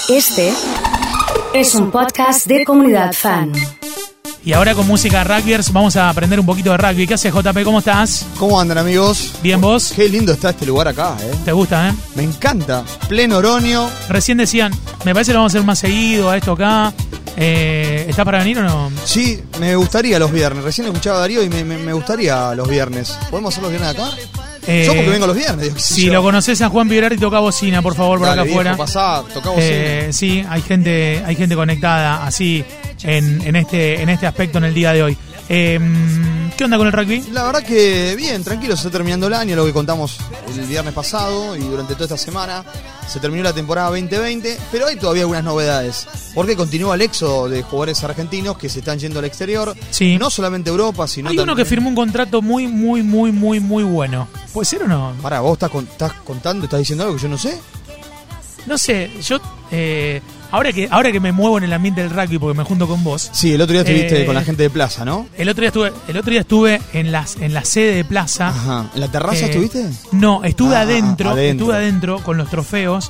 Este es un podcast de Comunidad Fan. Y ahora con música rugbyers vamos a aprender un poquito de rugby. ¿Qué haces, JP? ¿Cómo estás? ¿Cómo andan, amigos? ¿Bien vos? Qué lindo está este lugar acá, ¿Te gusta, Me encanta. Pleno Oroño. Recién decían, me parece que lo vamos a hacer más seguido a esto acá. ¿Estás para venir o no? Sí, me gustaría los viernes. Recién escuchaba a Darío y me gustaría los viernes. ¿Podemos hacer los viernes acá? Yo porque vengo los viernes. Digo, si lo conoces a Juan Piberardi, toca bocina, por favor, por acá afuera. Toca bocina. Sí, hay gente conectada así en este aspecto en el día de hoy. ¿Qué onda con el rugby? La verdad que bien, tranquilo, se está terminando el año, lo que contamos el viernes pasado y durante toda esta semana. Se terminó la temporada 2020, pero hay todavía algunas novedades. Porque continúa el éxodo de jugadores argentinos que se están yendo al exterior. Sí. No solamente Europa, sino hay uno que firmó un contrato muy bueno. ¿Puede ser o no? Pará, vos estás contando, estás diciendo algo que yo no sé. No sé, yo ahora que me muevo en el ambiente del rugby porque me junto con vos. Sí, el otro día estuviste con la gente de Plaza, ¿no? El otro día estuve en la sede de Plaza. Ajá. ¿En la terraza estuviste? No, estuve adentro con los trofeos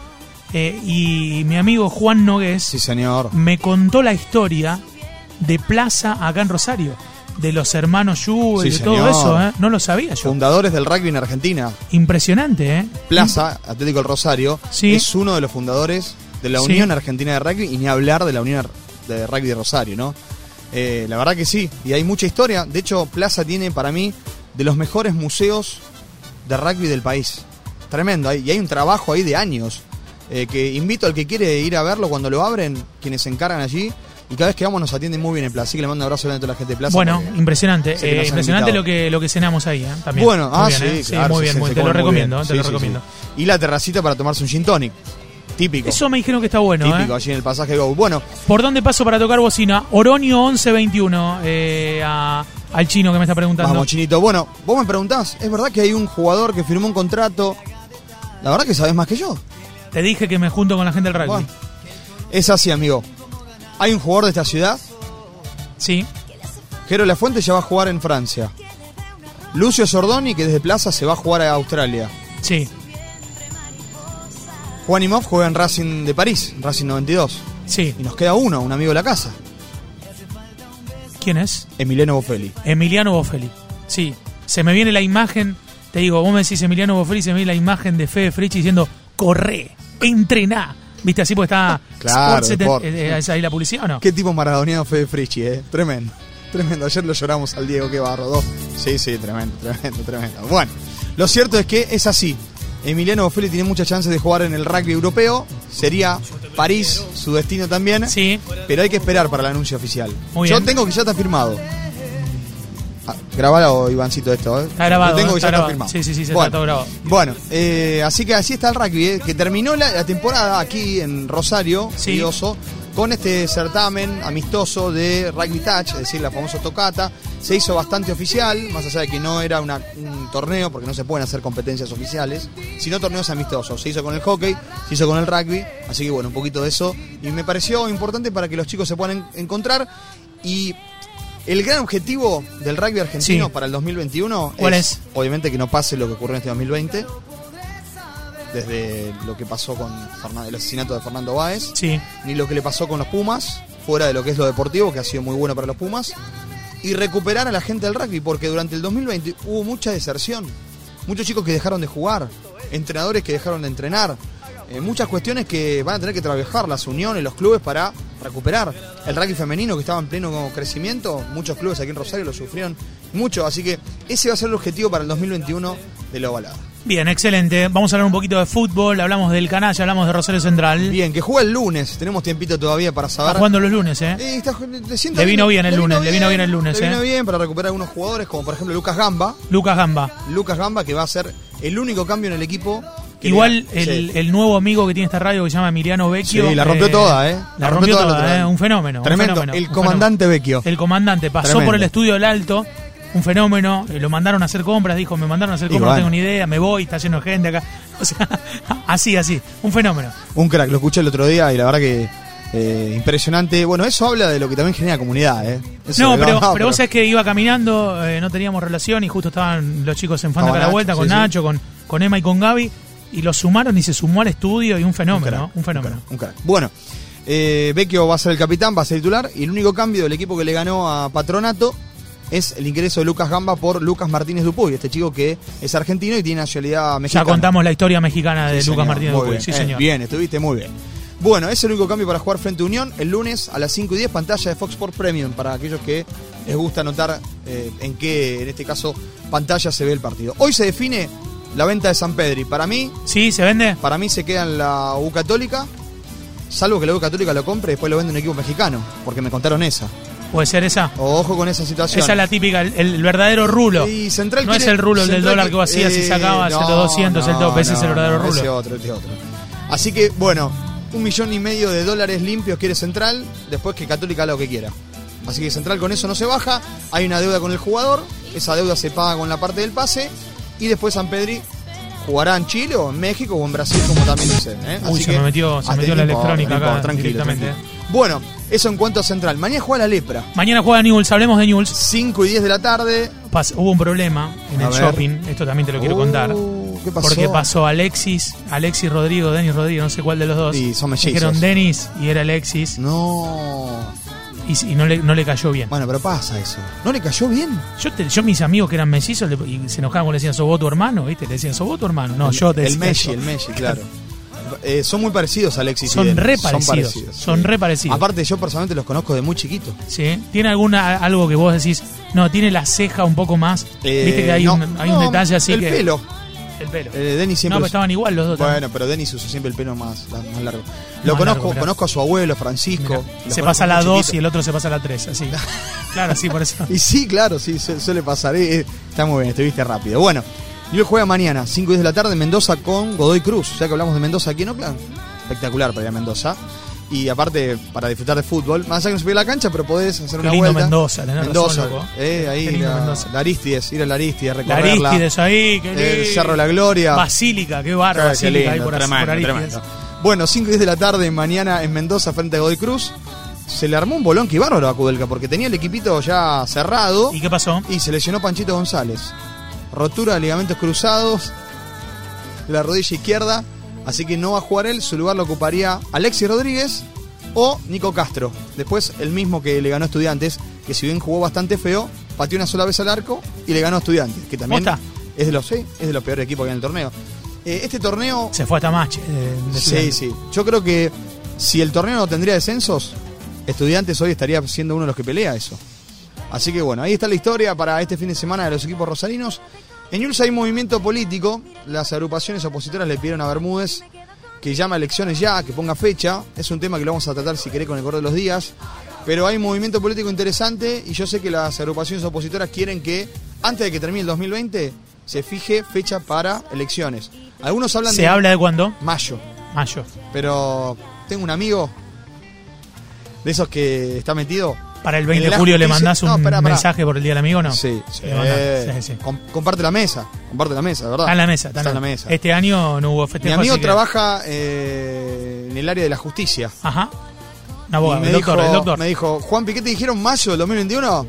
y mi amigo Juan Nogués, sí, señor, me contó la historia de Plaza acá en Rosario. De los hermanos Yu y de todo eso, no lo sabía yo. Fundadores del rugby en Argentina. Impresionante, Plaza, Atlético del Rosario, sí, es uno de los fundadores de la Unión Argentina de Rugby y ni hablar de la Unión de Rugby de Rosario, ¿no? La verdad que sí, y hay mucha historia. De hecho, Plaza tiene para mí de los mejores museos de rugby del país. Tremendo, y hay un trabajo ahí de años que invito al que quiere ir a verlo cuando lo abren, quienes se encargan allí. Y cada vez que vamos nos atienden muy bien en Plaza. Así que le mando un abrazo a toda la gente de Plaza. Bueno, impresionante. Impresionante lo que cenamos ahí, también. Bueno, muy bien, sí, sí, claro. Muy bien, te lo recomiendo, te lo recomiendo. Sí. Y la terracita para tomarse un gin tonic. Típico. Eso me dijeron que está bueno, típico, allí en el pasaje Go. Bueno. ¿Por dónde paso para tocar bocina? Oroño 1121, al chino que me está preguntando. Vamos, chinito. Bueno, vos me preguntás, ¿es verdad que hay un jugador que firmó un contrato? La verdad que sabés más que yo. Te dije que me junto con la gente del rugby. Bueno, es así, amigo. Hay un jugador de esta ciudad. Sí. Jero Lafuente ya va a jugar en Francia. Lucio Sordoni, que desde Plaza se va a jugar a Australia. Sí. Juan Imhoff juega en Racing de París, Racing 92. Sí. Y nos queda un amigo de la casa. ¿Quién es? Emiliano Boffelli. Emiliano Boffelli. Sí. Se me viene la imagen, te digo, vos me decís Emiliano Boffelli, se me viene la imagen de Fede Frichi diciendo, corre, entrená. ¿Viste así? Porque está claro, ¿es ahí la publicidad o no? Qué tipo maradoniano Fede Frichi, Tremendo. Ayer lo lloramos al Diego, qué barro. Sí, tremendo. Bueno, lo cierto es que es así. Emiliano Boffelli tiene muchas chances de jugar en el rugby europeo. Sería París su destino también. Sí. Pero hay que esperar para el anuncio oficial. Muy bien. Yo tengo que ya está firmado. Grabalo, Ivancito, esto, Está grabado. Lo tengo que está ya grabado. Está firmado. Sí, está todo grabado. Bueno, así que así está el rugby, que terminó la temporada aquí en Rosario, sí, Oso, con este certamen amistoso de Rugby Touch, es decir, la famosa tocata. Se hizo bastante oficial, más allá de que no era un torneo, porque no se pueden hacer competencias oficiales, sino torneos amistosos. Se hizo con el hockey, se hizo con el rugby, así que bueno, un poquito de eso. Y me pareció importante para que los chicos se puedan encontrar. Y el gran objetivo del rugby argentino para el 2021 ¿cuál es? Obviamente que no pase lo que ocurrió en este 2020, desde lo que pasó con el asesinato de Fernando Báez, ni lo que le pasó con los Pumas, fuera de lo que es lo deportivo, que ha sido muy bueno para los Pumas, y recuperar a la gente del rugby, porque durante el 2020 hubo mucha deserción, muchos chicos que dejaron de jugar, entrenadores que dejaron de entrenar, muchas cuestiones que van a tener que trabajar las uniones, los clubes para recuperar. El rugby femenino que estaba en pleno crecimiento, muchos clubes aquí en Rosario lo sufrieron mucho, así que ese va a ser el objetivo para el 2021 de la Ovalada. Bien, excelente. Vamos a hablar un poquito de fútbol, hablamos del Canalla, hablamos de Rosario Central. Bien, que juega el lunes, tenemos tiempito todavía para saber. Está jugando los lunes, le vino bien el lunes, le vino bien el lunes. Le vino bien para recuperar algunos jugadores, como por ejemplo Lucas Gamba, que va a ser el único cambio en el equipo. Igual el nuevo amigo que tiene esta radio que se llama Emiliano Vecchio. Sí, la rompió toda, La rompió toda, un fenómeno. Tremendo, el comandante Vecchio. El comandante pasó por el estudio del Alto, un fenómeno, lo mandaron a hacer compras, dijo, me mandaron a hacer compras, no tengo ni idea, me voy, está lleno de gente acá. O sea, así, un fenómeno. Un crack, lo escuché el otro día y la verdad que impresionante. Bueno, eso habla de lo que también genera comunidad, pero vos sabés que iba caminando, no teníamos relación y justo estaban los chicos en Fanta a la vuelta con Nacho, con Emma y con Gaby. y lo sumaron y se sumó al estudio y un fenómeno. Un fenómeno. Un crack. Bueno, Vecchio va a ser el capitán, va a ser titular, y el único cambio del equipo que le ganó a Patronato es el ingreso de Lucas Gamba por Lucas Martínez Dupuy, este chico que es argentino y tiene nacionalidad mexicana. Ya contamos la historia mexicana de Lucas Martínez Dupuy. Bien. Sí, señor. Bien, estuviste muy bien. Bueno, es el único cambio para jugar frente a Unión el lunes a las 5:10, pantalla de Fox Sports Premium, para aquellos que les gusta notar en qué, en este caso, pantalla se ve el partido. Hoy se define la venta de Sampedri. Para mí... ¿Sí? ¿Se vende? Para mí se queda en la U Católica, salvo que la U Católica lo compre y después lo vende un equipo mexicano, porque me contaron esa. ¿Puede ser esa? Ojo con esa situación. Esa es la típica, el verdadero rulo. Y Central no es el rulo del dólar que vacía si sacaba los 200, el 2 veces el verdadero rulo. Ese otro. Así que, bueno, $1,5 millones limpios quiere Central, después que Católica haga lo que quiera. Así que Central con eso no se baja, hay una deuda con el jugador, esa deuda se paga con la parte del pase, y después Sampedri jugará en Chile o en México o en Brasil, como también dice. Uy, se metió la electrónica acá tranquilamente. Bueno, eso en cuanto a Central. Mañana juega la Lepra. Mañana juega Newell's, hablemos de Newell's. 5:10 de la tarde. Hubo un problema en el shopping, esto también te lo quiero contar. ¿Qué pasó? Porque pasó Alexis Rodrigo, Denis Rodrigo, no sé cuál de los dos. Sí, son mellizos. Dijeron Denis y era Alexis. No. Y no le cayó bien. Bueno, pero pasa eso. ¿No le cayó bien? Yo mis amigos que eran mellizos y se enojaban cuando le decían, ¿sos vos tu hermano? ¿Viste? Le decían, ¿sos vos tu hermano? No, yo te decía. El Messi, claro. Son muy parecidos, Alexis. Son re parecidos. Son re parecidos. Aparte, yo personalmente los conozco de muy chiquito. ¿Sí? ¿Tiene algo que vos decís? No, tiene la ceja un poco más. Viste que hay un detalle así que... El pelo. Denis siempre... No, pero estaban igual los dos. Bueno, también. Pero Denis usó siempre el pelo más largo. Lo conozco a su abuelo, Francisco. Se pasa a la 2 y el otro se pasa a la 3, así. Claro, sí, por eso. Y sí, claro, sí, suele pasar. Está muy bien, estuviste rápido. Bueno, y él juega mañana, 5:10 de la tarde, en Mendoza con Godoy Cruz. Ya que hablamos de Mendoza aquí en Oakland. Espectacular para ir a Mendoza. Y aparte, para disfrutar de fútbol, más allá que no se pide la cancha, pero podés hacer una vuelta. Mendoza, ahí la Aristides, ir a la Aristides, recorrerla. La Aristides ahí, el Cerro de la Gloria. Basílica, qué barro, Basílica ahí por Aristides. Bueno, 5:10 de la tarde mañana en Mendoza frente a Godoy Cruz. Se le armó un bolón que bárbaro a Kudelka, porque tenía el equipito ya cerrado. ¿Y qué pasó? Y se lesionó Panchito González. Rotura de ligamentos cruzados de la rodilla izquierda. Así que no va a jugar él, su lugar lo ocuparía Alexis Rodríguez o Nico Castro. Después el mismo que le ganó a Estudiantes, que si bien jugó bastante feo, pateó una sola vez al arco y le ganó a Estudiantes, que también es de los peores equipos que hay en el torneo. Este torneo... Se fue a Tamache. Sí. Yo creo que si el torneo no tendría descensos, Estudiantes hoy estaría siendo uno de los que pelea eso. Así que bueno, ahí está la historia para este fin de semana de los equipos rosarinos. En Newell's hay movimiento político. Las agrupaciones opositoras le pidieron a Bermúdez que llame a elecciones ya, que ponga fecha. Es un tema que lo vamos a tratar si querés con el correo de los días. Pero hay un movimiento político interesante y yo sé que las agrupaciones opositoras quieren que antes de que termine el 2020 se fije fecha para elecciones. Algunos hablan ¿Se habla de cuándo? Mayo. Mayo. Pero tengo un amigo de esos que está metido... Para el 20 de julio le mandás un mensaje por el Día del Amigo, ¿no? Sí. Sí. Comparte la mesa, ¿verdad? Está en la mesa. Este año no hubo festejo. Mi amigo trabaja en el área de la justicia. Ajá. Un abogado, el doctor. Me dijo, Juan Piquete, ¿dijeron mayo del 2021?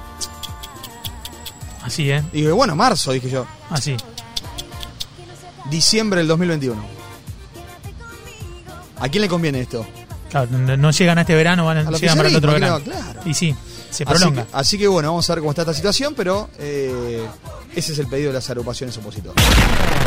Así, Y dije, bueno, marzo, dije yo. Así. Diciembre del 2021. ¿A quién le conviene esto? Claro, no llegan a este verano, llegan para el otro verano. Claro. Y sí, se prolonga. Así que bueno, vamos a ver cómo está esta situación, pero ese es el pedido de las agrupaciones opositoras.